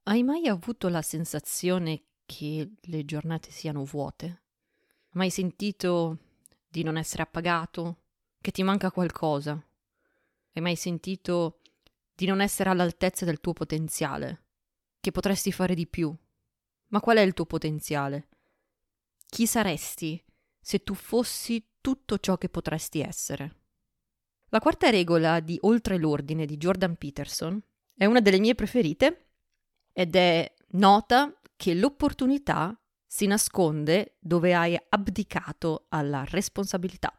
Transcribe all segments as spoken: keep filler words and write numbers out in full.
Hai mai avuto la sensazione che le giornate siano vuote? Mai sentito di non essere appagato? Che ti manca qualcosa? Hai mai sentito di non essere all'altezza del tuo potenziale? Che potresti fare di più? Ma qual è il tuo potenziale? Chi saresti se tu fossi tutto ciò che potresti essere? La quarta regola di Oltre l'ordine di Jordan Peterson è una delle mie preferite ed è nota che l'opportunità si nasconde dove hai abdicato alla responsabilità.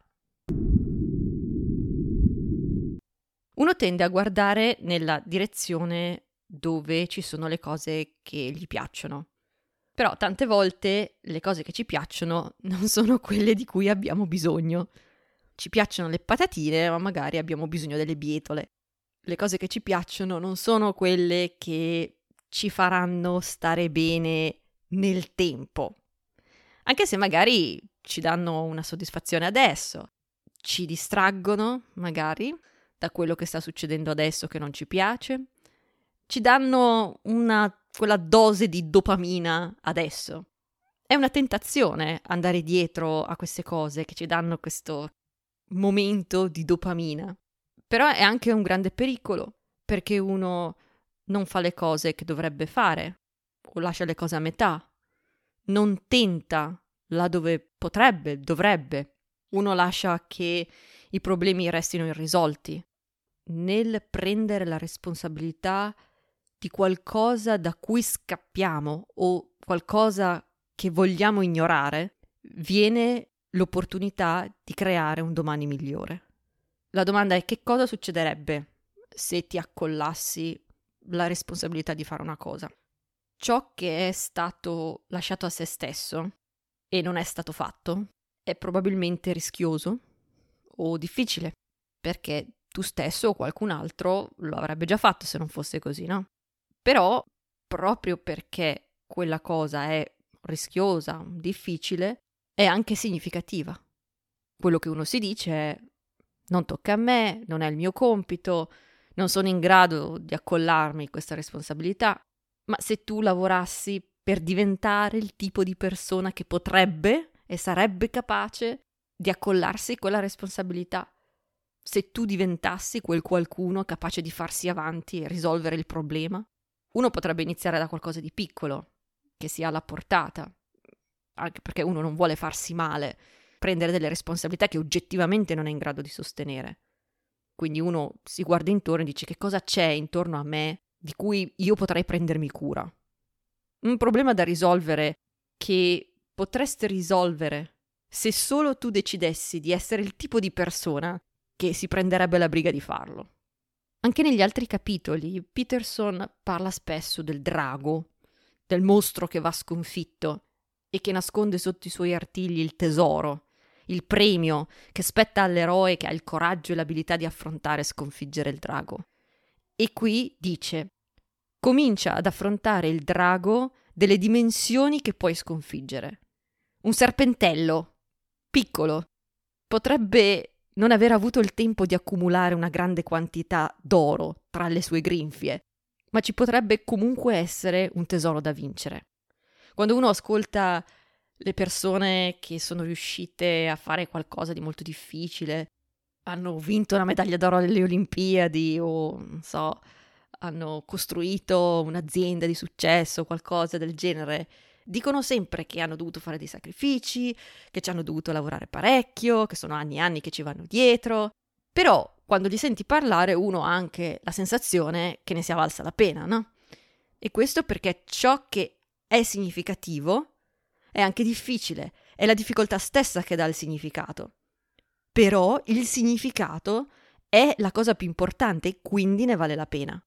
Uno tende a guardare nella direzione dove ci sono le cose che gli piacciono. Però tante volte le cose che ci piacciono non sono quelle di cui abbiamo bisogno. Ci piacciono le patatine, ma magari abbiamo bisogno delle bietole. Le cose che ci piacciono non sono quelle che ci faranno stare bene nel tempo. Anche se magari ci danno una soddisfazione adesso, ci distraggono magari da quello che sta succedendo adesso che non ci piace, ci danno una quella dose di dopamina adesso. È una tentazione andare dietro a queste cose che ci danno questo momento di dopamina. Però è anche un grande pericolo, perché uno non fa le cose che dovrebbe fare, o lascia le cose a metà, non tenta là dove potrebbe, dovrebbe. Uno lascia che i problemi restino irrisolti. Nel prendere la responsabilità di qualcosa da cui scappiamo o qualcosa che vogliamo ignorare, viene l'opportunità di creare un domani migliore. La domanda è: che cosa succederebbe se ti accollassi la responsabilità di fare una cosa? Ciò che è stato lasciato a se stesso e non è stato fatto è probabilmente rischioso o difficile, perché tu stesso o qualcun altro lo avrebbe già fatto se non fosse così, no? Però, proprio perché quella cosa è rischiosa, difficile, è anche significativa. Quello che uno si dice è: non tocca a me, non è il mio compito, non sono in grado di accollarmi questa responsabilità. Ma se tu lavorassi per diventare il tipo di persona che potrebbe e sarebbe capace di accollarsi quella responsabilità, se tu diventassi quel qualcuno capace di farsi avanti e risolvere il problema, uno potrebbe iniziare da qualcosa di piccolo, che sia alla portata, anche perché uno non vuole farsi male, prendere delle responsabilità che oggettivamente non è in grado di sostenere. Quindi uno si guarda intorno e dice: che cosa c'è intorno a me di cui io potrei prendermi cura? Un problema da risolvere che potreste risolvere se solo tu decidessi di essere il tipo di persona che si prenderebbe la briga di farlo. Anche negli altri capitoli Peterson parla spesso del drago, del mostro che va sconfitto e che nasconde sotto i suoi artigli il tesoro, il premio che spetta all'eroe che ha il coraggio e l'abilità di affrontare e sconfiggere il drago. E qui dice: comincia ad affrontare il drago delle dimensioni che puoi sconfiggere. Un serpentello, piccolo, potrebbe non aver avuto il tempo di accumulare una grande quantità d'oro tra le sue grinfie, ma ci potrebbe comunque essere un tesoro da vincere. Quando uno ascolta le persone che sono riuscite a fare qualcosa di molto difficile, hanno vinto una medaglia d'oro alle Olimpiadi o, non so, hanno costruito un'azienda di successo, qualcosa del genere, dicono sempre che hanno dovuto fare dei sacrifici, che ci hanno dovuto lavorare parecchio, che sono anni e anni che ci vanno dietro. Però, quando li senti parlare, uno ha anche la sensazione che ne sia valsa la pena, no? E questo perché ciò che è significativo è anche difficile, è la difficoltà stessa che dà il significato. Però il significato è la cosa più importante e quindi ne vale la pena.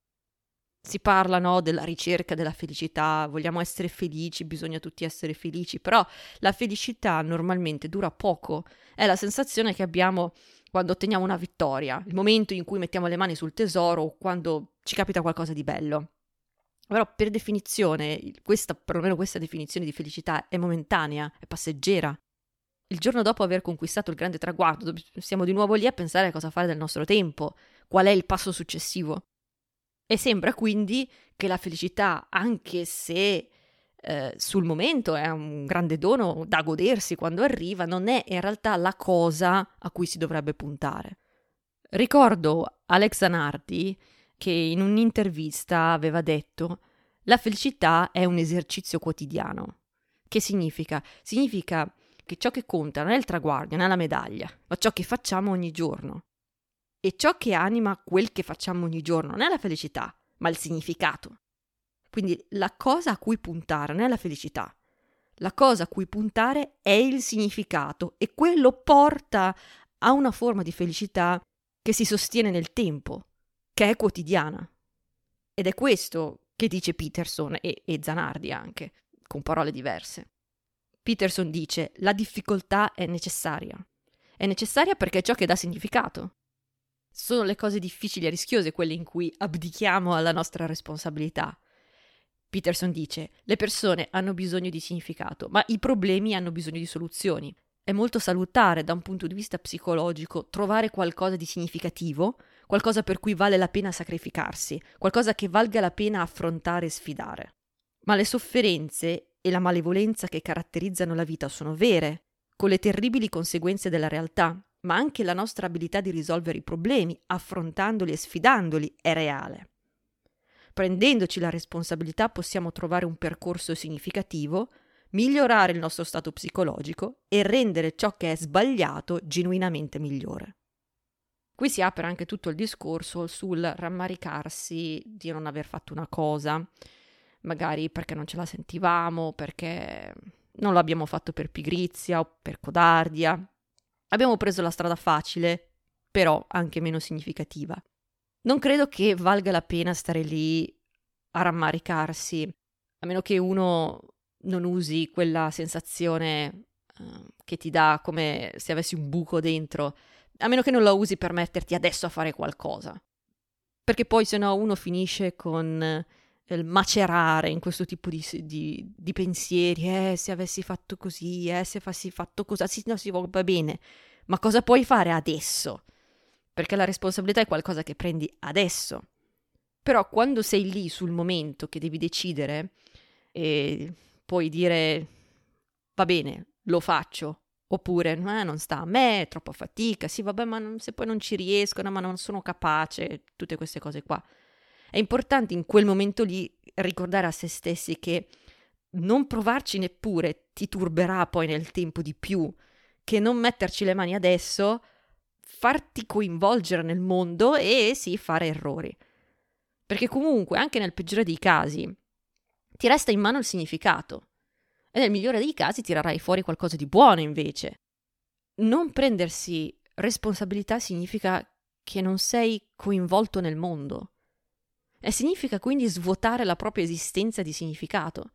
Si parla, no, della ricerca della felicità, vogliamo essere felici, bisogna tutti essere felici, però la felicità normalmente dura poco, è la sensazione che abbiamo quando otteniamo una vittoria, il momento in cui mettiamo le mani sul tesoro o quando ci capita qualcosa di bello. Però per definizione, questa, perlomeno questa definizione di felicità è momentanea, è passeggera. Il giorno dopo aver conquistato il grande traguardo, siamo di nuovo lì a pensare a cosa fare del nostro tempo, qual è il passo successivo. E sembra quindi che la felicità, anche se eh, sul momento è un grande dono da godersi quando arriva, non è in realtà la cosa a cui si dovrebbe puntare. Ricordo Alex Zanardi che in un'intervista aveva detto: la felicità è un esercizio quotidiano. Che significa? Significa che ciò che conta non è il traguardo, non è la medaglia, ma ciò che facciamo ogni giorno. E ciò che anima quel che facciamo ogni giorno non è la felicità, ma il significato. Quindi la cosa a cui puntare non è la felicità, la cosa a cui puntare è il significato, e quello porta a una forma di felicità che si sostiene nel tempo, che è quotidiana. Ed è questo che dice Peterson e, e Zanardi anche, con parole diverse. Peterson dice: la difficoltà è necessaria. È necessaria perché è ciò che dà significato. Sono le cose difficili e rischiose quelle in cui abdichiamo alla nostra responsabilità. Peterson dice: le persone hanno bisogno di significato, ma i problemi hanno bisogno di soluzioni. È molto salutare da un punto di vista psicologico trovare qualcosa di significativo, qualcosa per cui vale la pena sacrificarsi, qualcosa che valga la pena affrontare e sfidare. Ma le sofferenze e la malevolenza che caratterizzano la vita sono vere, con le terribili conseguenze della realtà, ma anche la nostra abilità di risolvere i problemi, affrontandoli e sfidandoli, è reale. Prendendoci la responsabilità possiamo trovare un percorso significativo, migliorare il nostro stato psicologico e rendere ciò che è sbagliato genuinamente migliore. Qui si apre anche tutto il discorso sul rammaricarsi di non aver fatto una cosa, magari perché non ce la sentivamo, perché non l'abbiamo fatto per pigrizia o per codardia. Abbiamo preso la strada facile, però anche meno significativa. Non credo che valga la pena stare lì a rammaricarsi, a meno che uno non usi quella sensazione uh, che ti dà come se avessi un buco dentro, a meno che non la usi per metterti adesso a fare qualcosa. Perché poi se no uno finisce con eh, il macerare in questo tipo di, di, di pensieri, eh se avessi fatto così, eh se avessi fatto così, sì, no, sì, va bene, ma cosa puoi fare adesso? Perché la responsabilità è qualcosa che prendi adesso. Però quando sei lì sul momento che devi decidere e puoi dire va bene, lo faccio, oppure eh, non sta a me, è troppa fatica, sì vabbè ma non, se poi non ci riesco, no, ma non sono capace, tutte queste cose qua. È importante in quel momento lì ricordare a se stessi che non provarci neppure ti turberà poi nel tempo di più, che non metterci le mani adesso, farti coinvolgere nel mondo e sì, fare errori. Perché comunque, anche nel peggiore dei casi, ti resta in mano il significato. E nel migliore dei casi tirerai fuori qualcosa di buono, invece. Non prendersi responsabilità significa che non sei coinvolto nel mondo. E significa quindi svuotare la propria esistenza di significato.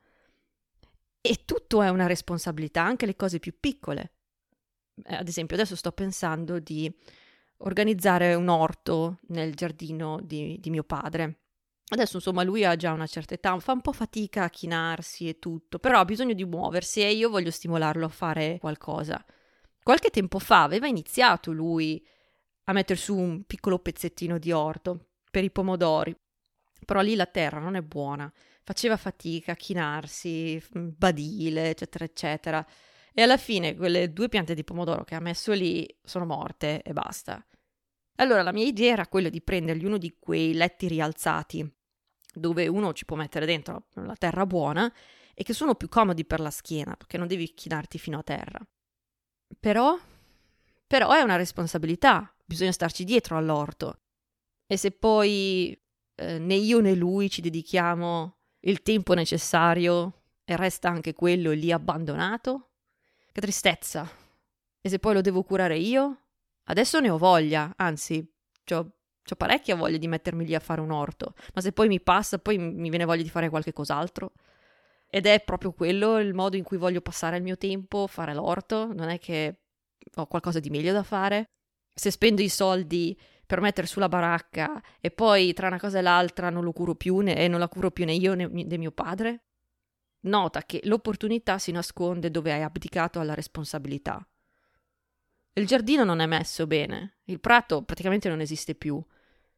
E tutto è una responsabilità, anche le cose più piccole. Eh, ad esempio, adesso sto pensando di organizzare un orto nel giardino di, di mio padre. Adesso, insomma, lui ha già una certa età, fa un po' fatica a chinarsi e tutto, però ha bisogno di muoversi e io voglio stimolarlo a fare qualcosa. Qualche tempo fa aveva iniziato lui a mettere su un piccolo pezzettino di orto per i pomodori, però lì la terra non è buona, faceva fatica a chinarsi, badile, eccetera, eccetera. E alla fine quelle due piante di pomodoro che ha messo lì sono morte e basta. Allora la mia idea era quella di prendergli uno di quei letti rialzati dove uno ci può mettere dentro la terra buona e che sono più comodi per la schiena perché non devi chinarti fino a terra. Però, però è una responsabilità, bisogna starci dietro all'orto. E se poi eh, né io né lui ci dedichiamo il tempo necessario e resta anche quello lì abbandonato, che tristezza. E se poi lo devo curare io? Adesso ne ho voglia, anzi, c'ho, c'ho parecchia voglia di mettermi lì a fare un orto, ma se poi mi passa, poi mi viene voglia di fare qualche cos'altro. Ed è proprio quello il modo in cui voglio passare il mio tempo, fare l'orto, non è che ho qualcosa di meglio da fare. Se spendo i soldi per mettere sulla baracca e poi tra una cosa e l'altra non lo curo più né, e non la curo più né io né, né mio padre, nota che l'opportunità si nasconde dove hai abdicato alla responsabilità. Il giardino non è messo bene, il prato praticamente non esiste più.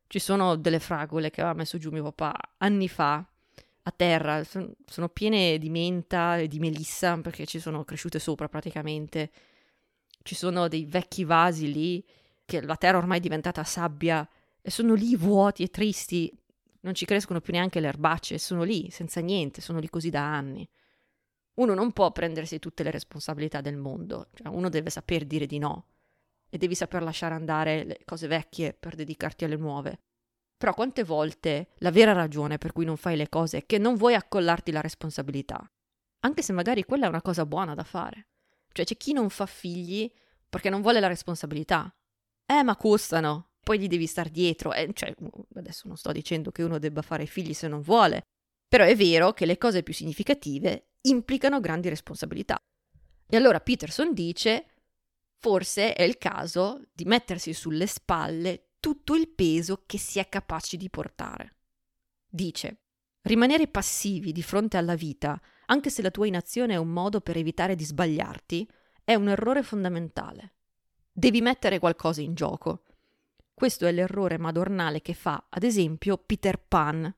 Ci sono delle fragole che aveva messo giù mio papà anni fa a terra, son- sono piene di menta e di melissa perché ci sono cresciute sopra praticamente. Ci sono dei vecchi vasi lì che la terra ormai è diventata sabbia e sono lì vuoti e tristi, non ci crescono più neanche le erbacce, sono lì senza niente, sono lì così da anni. Uno non può prendersi tutte le responsabilità del mondo, cioè uno deve saper dire di no e devi saper lasciare andare le cose vecchie per dedicarti alle nuove. Però quante volte la vera ragione per cui non fai le cose è che non vuoi accollarti la responsabilità, anche se magari quella è una cosa buona da fare. Cioè c'è chi non fa figli perché non vuole la responsabilità. Eh, ma costano, poi gli devi star dietro. Eh, cioè, adesso non sto dicendo che uno debba fare figli se non vuole, però è vero che le cose più significative implicano grandi responsabilità. E allora Peterson dice, forse è il caso di mettersi sulle spalle tutto il peso che si è capaci di portare. Dice, rimanere passivi di fronte alla vita, anche se la tua inazione è un modo per evitare di sbagliarti, è un errore fondamentale. Devi mettere qualcosa in gioco. Questo è l'errore madornale che fa, ad esempio, Peter Pan.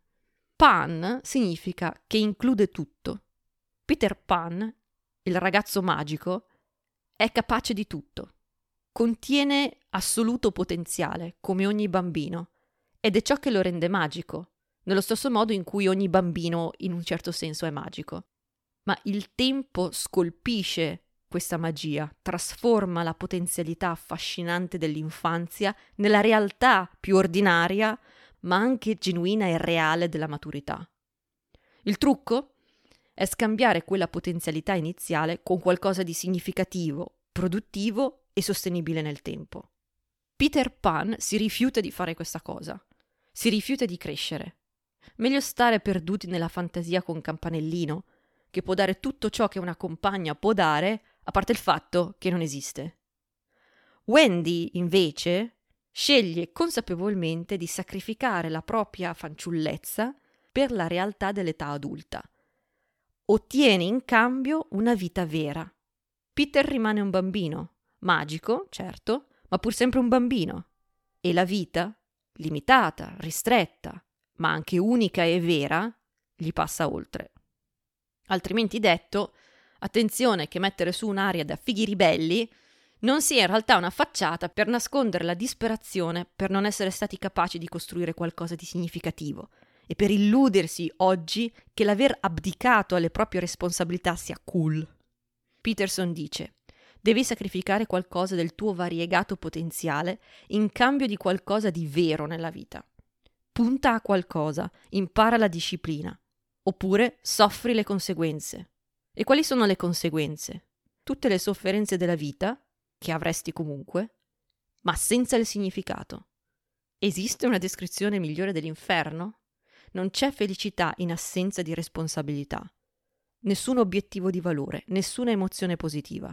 Pan significa che include tutto. Peter Pan, il ragazzo magico, è capace di tutto. Contiene assoluto potenziale, come ogni bambino, ed è ciò che lo rende magico, nello stesso modo in cui ogni bambino in un certo senso è magico. Ma il tempo scolpisce questa magia, trasforma la potenzialità affascinante dell'infanzia nella realtà più ordinaria, ma anche genuina e reale della maturità. Il trucco è scambiare quella potenzialità iniziale con qualcosa di significativo, produttivo e sostenibile nel tempo. Peter Pan si rifiuta di fare questa cosa, si rifiuta di crescere. Meglio stare perduti nella fantasia con Campanellino, che può dare tutto ciò che una compagna può dare, a parte il fatto che non esiste. Wendy, invece, sceglie consapevolmente di sacrificare la propria fanciullezza per la realtà dell'età adulta. Ottiene in cambio una vita vera. Peter rimane un bambino, magico, certo, ma pur sempre un bambino. E la vita, limitata, ristretta, ma anche unica e vera, gli passa oltre. Altrimenti detto, attenzione che mettere su un'aria da fighi ribelli non sia in realtà una facciata per nascondere la disperazione per non essere stati capaci di costruire qualcosa di significativo e per illudersi oggi che l'aver abdicato alle proprie responsabilità sia cool. Peterson dice: devi sacrificare qualcosa del tuo variegato potenziale in cambio di qualcosa di vero nella vita. Punta a qualcosa, impara la disciplina, oppure soffri le conseguenze. E quali sono le conseguenze? Tutte le sofferenze della vita, che avresti comunque, ma senza il significato. Esiste una descrizione migliore dell'inferno? Non c'è felicità in assenza di responsabilità. Nessun obiettivo di valore, nessuna emozione positiva.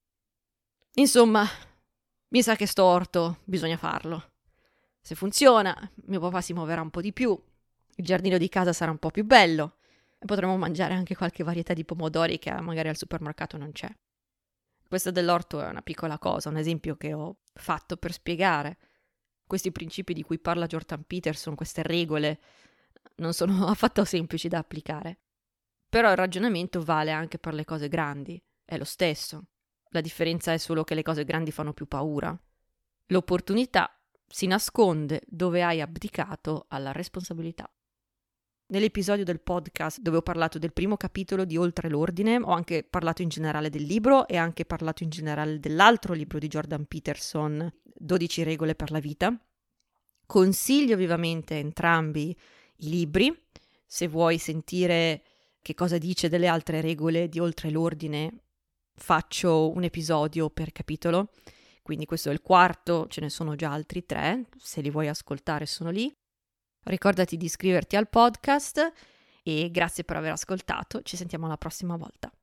Insomma, mi sa che sto orto, bisogna farlo. Se funziona, mio papà si muoverà un po' di più, il giardino di casa sarà un po' più bello e potremo mangiare anche qualche varietà di pomodori che magari al supermercato non c'è. Questa dell'orto è una piccola cosa, un esempio che ho fatto per spiegare questi principi di cui parla Jordan Peterson, queste regole, non sono affatto semplici da applicare. Però il ragionamento vale anche per le cose grandi, è lo stesso. La differenza è solo che le cose grandi fanno più paura. L'opportunità si nasconde dove hai abdicato alla responsabilità. Nell'episodio del podcast dove ho parlato del primo capitolo di Oltre l'Ordine, ho anche parlato in generale del libro e anche parlato in generale dell'altro libro di Jordan Peterson, dodici regole per la vita. Consiglio vivamente entrambi i libri. Se vuoi sentire che cosa dice delle altre regole di Oltre l'Ordine, faccio un episodio per capitolo. Quindi questo è il quarto, ce ne sono già altri tre, se li vuoi ascoltare sono lì. Ricordati di iscriverti al podcast e grazie per aver ascoltato, ci sentiamo la prossima volta.